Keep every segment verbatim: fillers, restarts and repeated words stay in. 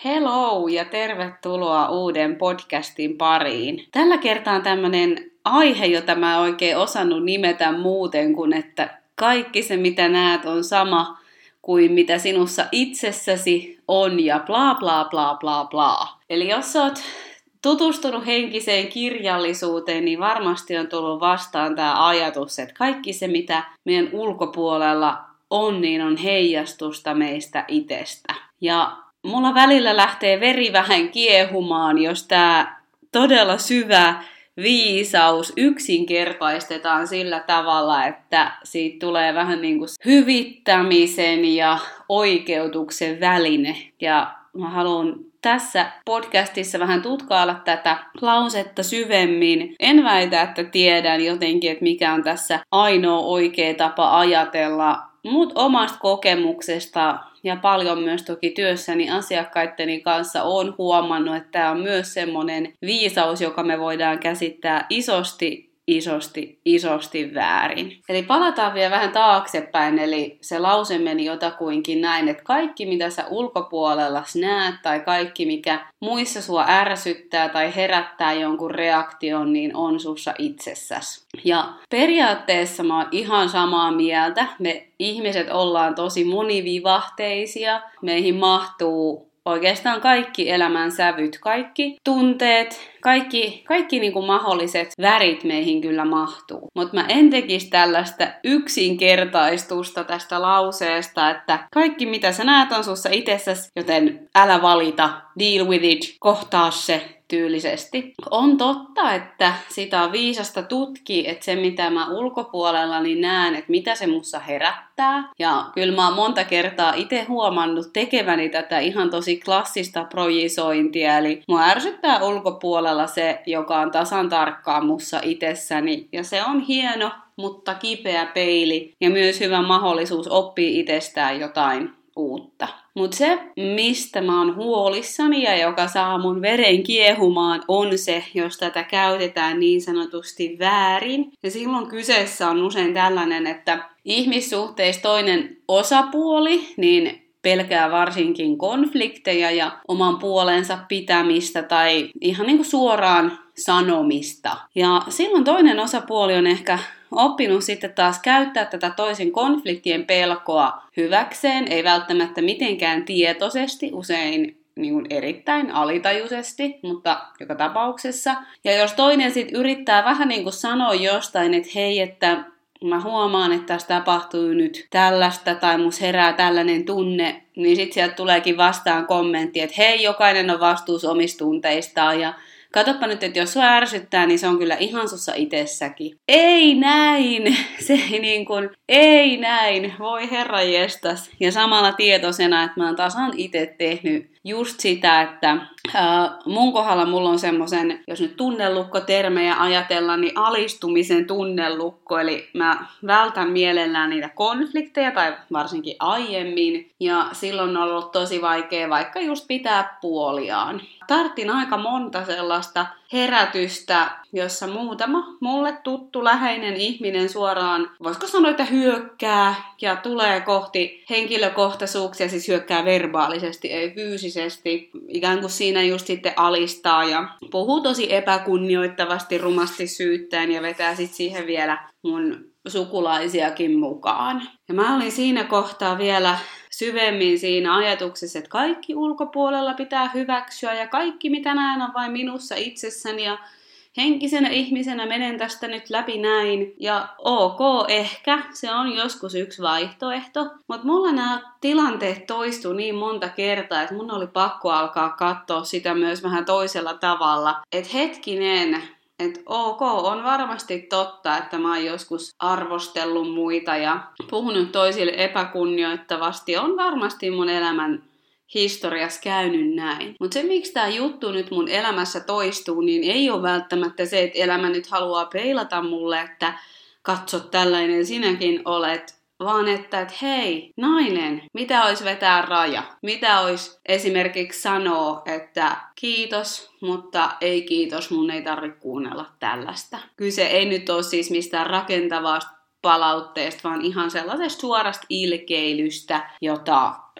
Hello ja tervetuloa uuden podcastin pariin. Tällä kertaa on tämmönen aihe, jota mä en oikein osannut nimetä muuten kuin, että kaikki se mitä näet on sama kuin mitä sinussa itsessäsi on ja bla bla bla bla bla. Eli jos oot tutustunut henkiseen kirjallisuuteen, niin varmasti on tullut vastaan tämä ajatus, että kaikki se mitä meidän ulkopuolella on, niin on heijastusta meistä itsestä. Ja mulla välillä lähtee veri vähän kiehumaan, jos tää todella syvä viisaus yksinkertaistetaan sillä tavalla, että siitä tulee vähän niin kuin hyvittämisen ja oikeutuksen väline. Ja mä haluan tässä podcastissa vähän tutkailla tätä lausetta syvemmin. En väitä, että tiedän jotenkin, että mikä on tässä ainoa oikea tapa ajatella, mutta omasta kokemuksesta ja paljon myös toki työssäni asiakkaitteni kanssa olen huomannut, että tämä on myös semmoinen viisaus, joka me voidaan käsittää isosti, isosti, isosti väärin. Eli palataan vielä vähän taaksepäin, eli se lause meni jotakuinkin näin, että kaikki mitä sä ulkopuolella näet tai kaikki mikä muissa sua ärsyttää tai herättää jonkun reaktion, niin on sussa itsessäsi. Ja periaatteessa mä oon ihan samaa mieltä. Me ihmiset ollaan tosi monivivahteisia. Meihin mahtuu oikeastaan kaikki elämän sävyt, kaikki tunteet, kaikki, kaikki niin kuin mahdolliset värit meihin kyllä mahtuu. Mutta mä en tekisi tällaista yksinkertaistusta tästä lauseesta, että kaikki mitä sä näet on sussa itsessäsi, joten älä valita, deal with it, kohtaa se tyylisesti. On totta, että sitä on viisasta tutkia, että se mitä mä ulkopuolellani näen, että mitä se mussa herättää. Ja kyllä mä oon monta kertaa itse huomannut tekeväni tätä ihan tosi klassista projisointia, eli mua ärsyttää ulkopuolella se, joka on tasan tarkkaan mussa itsessäni. Ja se on hieno, mutta kipeä peili ja myös hyvä mahdollisuus oppia itsestään jotain uutta. Mutta se, mistä mä oon huolissani ja joka saa mun veren kiehumaan, on se, jos tätä käytetään niin sanotusti väärin. Ja silloin kyseessä on usein tällainen, että ihmissuhteissa toinen osapuoli niin pelkää varsinkin konflikteja ja oman puolensa pitämistä tai ihan niin kuin suoraan sanomista. Ja silloin toinen osapuoli on ehkä oppinut sitten taas käyttää tätä toisen konfliktien pelkoa hyväkseen, ei välttämättä mitenkään tietoisesti, usein niin kuin erittäin alitajuisesti, mutta joka tapauksessa. Ja jos toinen sitten yrittää vähän niin kuin sanoa jostain, että hei, että mä huomaan, että tässä tapahtuu nyt tällaista tai mus herää tällainen tunne, niin sitten sieltä tuleekin vastaan kommentti, että hei, jokainen on vastuussa omista tunteistaan ja katsoppa nyt, että jos sua ärsyttää, niin se on kyllä ihan sussa itsessäkin. Ei näin! Se ei niin kuin, ei näin! Voi herranjestas. Ja samalla tietoisena, että mä oon tasan itse tehnyt just sitä, että ää, mun kohdalla mulla on semmoisen, jos nyt tunnelukkotermejä ajatellaan, niin alistumisen tunnelukko. Eli mä vältän mielellään niitä konflikteja, tai varsinkin aiemmin. Ja silloin on ollut tosi vaikea vaikka just pitää puoliaan. Tarttin aika monta sellaista herätystä, jossa muutama mulle tuttu läheinen ihminen suoraan, voisiko sanoa, että hyökkää ja tulee kohti henkilökohtaisuuksia, siis hyökkää verbaalisesti, ei fyysisesti. Ikään kuin siinä just sitten alistaa ja puhuu tosi epäkunnioittavasti, rumasti syyttäen ja vetää sitten siihen vielä mun sukulaisiakin mukaan. Ja mä olin siinä kohtaa vielä syvemmin siinä ajatuksessa, että kaikki ulkopuolella pitää hyväksyä ja kaikki mitä näen on vain minussa itsessäni ja henkisenä ihmisenä menen tästä nyt läpi näin. Ja ok, ehkä se on joskus yksi vaihtoehto, mutta mulla nämä tilanteet toistuu niin monta kertaa, että mun oli pakko alkaa katsoa sitä myös vähän toisella tavalla. Että hetkinen, että ok, on varmasti totta, että mä oon joskus arvostellut muita ja puhunut toisille epäkunnioittavasti. On varmasti mun elämän historiassa käynyt näin. Mutta se, miksi tää juttu nyt mun elämässä toistuu, niin ei ole välttämättä se, että elämä nyt haluaa peilata mulle, että katso tällainen sinäkin olet, vaan että, että hei, nainen, mitä olisi vetää raja? Mitä olisi esimerkiksi sanoa, että kiitos, mutta ei kiitos, mun ei tarvitse kuunnella tällaista. Kyse ei nyt ole siis mistään rakentavasta palautteesta, vaan ihan sellaisesta suorasta ilkeilystä, jota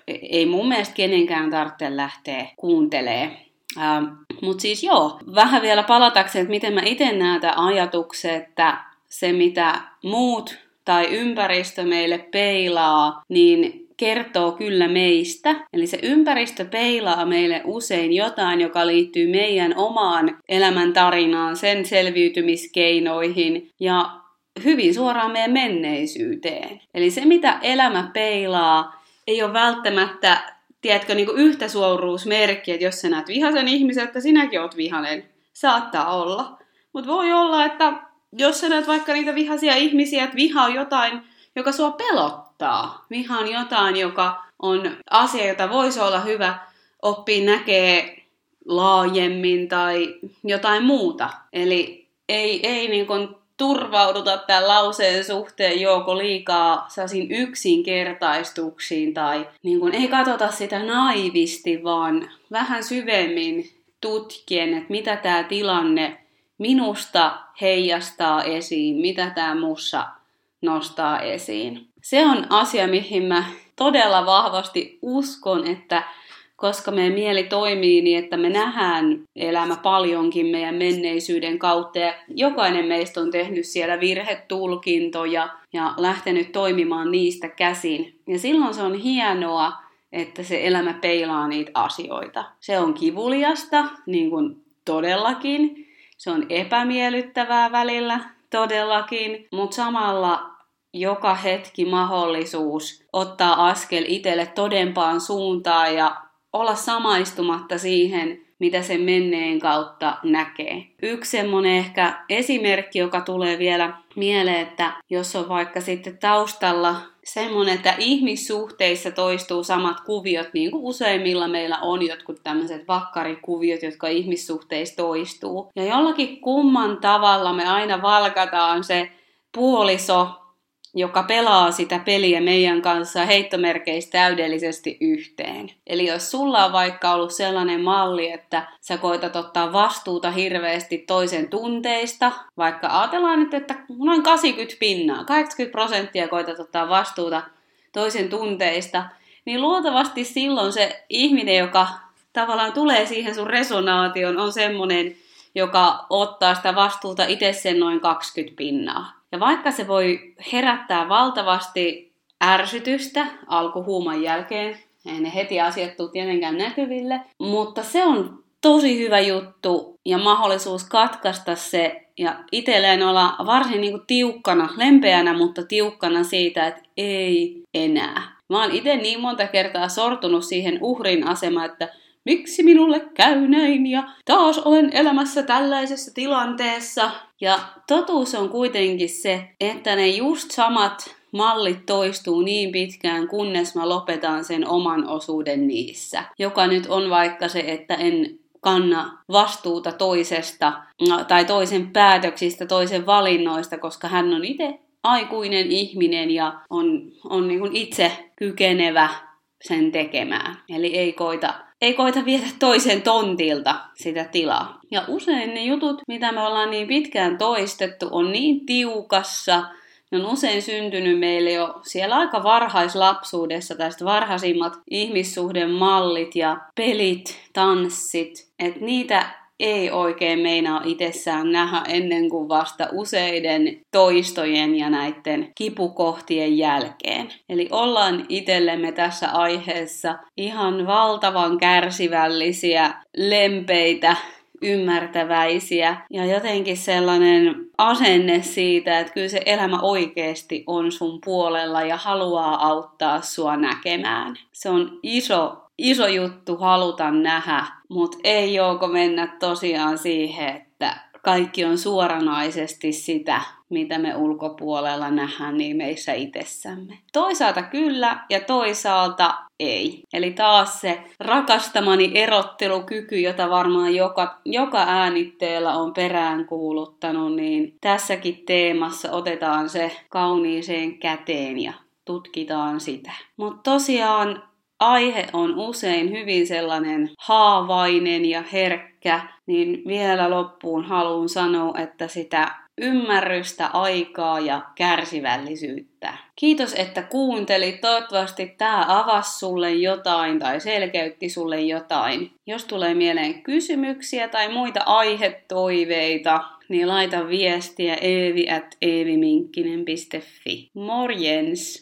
ei mun mielestä kenenkään tarvitse lähteä kuuntelemaan. Ähm, Mutta siis joo, vähän vielä palatakseen, että miten mä itse näen tämän ajatuksen, että se mitä muut tai ympäristö meille peilaa, niin kertoo kyllä meistä. Eli se ympäristö peilaa meille usein jotain, joka liittyy meidän omaan elämäntarinaan, sen selviytymiskeinoihin ja hyvin suoraan meidän menneisyyteen. Eli se, mitä elämä peilaa, ei ole välttämättä, tiedätkö, niin kuin yhtä suoruusmerkkiä, että jos sä näet vihaisen ihmisen, että sinäkin oot vihainen. Saattaa olla. Mutta voi olla, että jos sä näet vaikka niitä vihaisia ihmisiä, että viha on jotain, joka sua pelottaa. Viha on jotain, joka on asia, jota voisi olla hyvä oppia näkee laajemmin tai jotain muuta. Eli ei, ei niin kuin turvauduta tämän lauseen suhteen joko liikaa sellaisiin yksinkertaistuksiin tai niin kuin ei katsota sitä naivisti, vaan vähän syvemmin tutkien, että mitä tämä tilanne minusta heijastaa esiin, mitä tämä mussa nostaa esiin. Se on asia, mihin mä todella vahvasti uskon, että koska meidän mieli toimii niin, että me nähdään elämä paljonkin meidän menneisyyden kautta ja jokainen meistä on tehnyt siellä virhetulkintoja ja lähtenyt toimimaan niistä käsin. Ja silloin se on hienoa, että se elämä peilaa niitä asioita. Se on kivuliasta, niin kuin todellakin. Se on epämiellyttävää välillä, todellakin. Mutta samalla joka hetki mahdollisuus ottaa askel itselle todempaan suuntaan ja olla samaistumatta siihen, mitä sen menneen kautta näkee. Yksi semmoinen ehkä esimerkki, joka tulee vielä mieleen, että jos on vaikka sitten taustalla semmoinen, että ihmissuhteissa toistuu samat kuviot, niin kuin useimmilla meillä on jotkut tämmöiset vakkarikuviot, jotka ihmissuhteissa toistuu. Ja jollakin kumman tavalla me aina valkataan se puoliso, joka pelaa sitä peliä meidän kanssa heittomerkeistä täydellisesti yhteen. Eli jos sulla on vaikka ollut sellainen malli, että sä koetat ottaa vastuuta hirveästi toisen tunteista, vaikka ajatellaan nyt, että noin kahdeksankymmentä pinnaa, kahdeksankymmentä prosenttia koetat ottaa vastuuta toisen tunteista, niin luultavasti silloin se ihminen, joka tavallaan tulee siihen sun resonaation, on semmoinen, joka ottaa sitä vastuuta itse sen noin kaksikymmentä pinnaa. Ja vaikka se voi herättää valtavasti ärsytystä alkuhuuman jälkeen, ei ne heti asiat tule tietenkään näkyville, mutta se on tosi hyvä juttu ja mahdollisuus katkaista se ja itselleen olla varsin niin kuin tiukkana, lempeänä, mutta tiukkana siitä, että ei enää. Mä oon itse niin monta kertaa sortunut siihen uhrin asemaan, että miksi minulle käy näin ja taas olen elämässä tällaisessa tilanteessa. Ja totuus on kuitenkin se, että ne just samat mallit toistuu niin pitkään, kunnes mä lopetan sen oman osuuden niissä. Joka nyt on vaikka se, että en kanna vastuuta toisesta tai toisen päätöksistä, toisen valinnoista, koska hän on itse aikuinen ihminen ja on, on niin kuin itse kykenevä sen tekemään. Eli ei koita, ei koita viedä toisen tontilta sitä tilaa. Ja usein ne jutut, mitä me ollaan niin pitkään toistettu, on niin tiukassa, ne on usein syntynyt meille jo siellä aika varhaislapsuudessa, tästä varhaisimmat ihmissuhdemallit ja pelit, tanssit, että niitä ei oikein meinaa itsessään nähdä ennen kuin vasta useiden toistojen ja näiden kipukohtien jälkeen. Eli ollaan itsellemme tässä aiheessa ihan valtavan kärsivällisiä, lempeitä, ymmärtäväisiä ja jotenkin sellainen asenne siitä, että kyllä se elämä oikeasti on sun puolella ja haluaa auttaa sua näkemään. Se on iso Iso juttu haluta nähdä, mutta ei joko mennä tosiaan siihen, että kaikki on suoranaisesti sitä, mitä me ulkopuolella nähdään niin meissä itsessämme. Toisaalta kyllä ja toisaalta ei. Eli taas se rakastamani erottelukyky, jota varmaan joka, joka äänitteellä on peräänkuuluttanut, niin tässäkin teemassa otetaan se kauniiseen käteen ja tutkitaan sitä. Mutta tosiaan aihe on usein hyvin sellainen haavainen ja herkkä, niin vielä loppuun haluan sanoa, että sitä ymmärrystä, aikaa ja kärsivällisyyttä. Kiitos, että kuuntelit. Toivottavasti tämä avasi sulle jotain tai selkeytti sulle jotain. Jos tulee mieleen kysymyksiä tai muita aihetoiveita, niin laita viestiä eevi at eeviminkkinen piste fi. Morjens!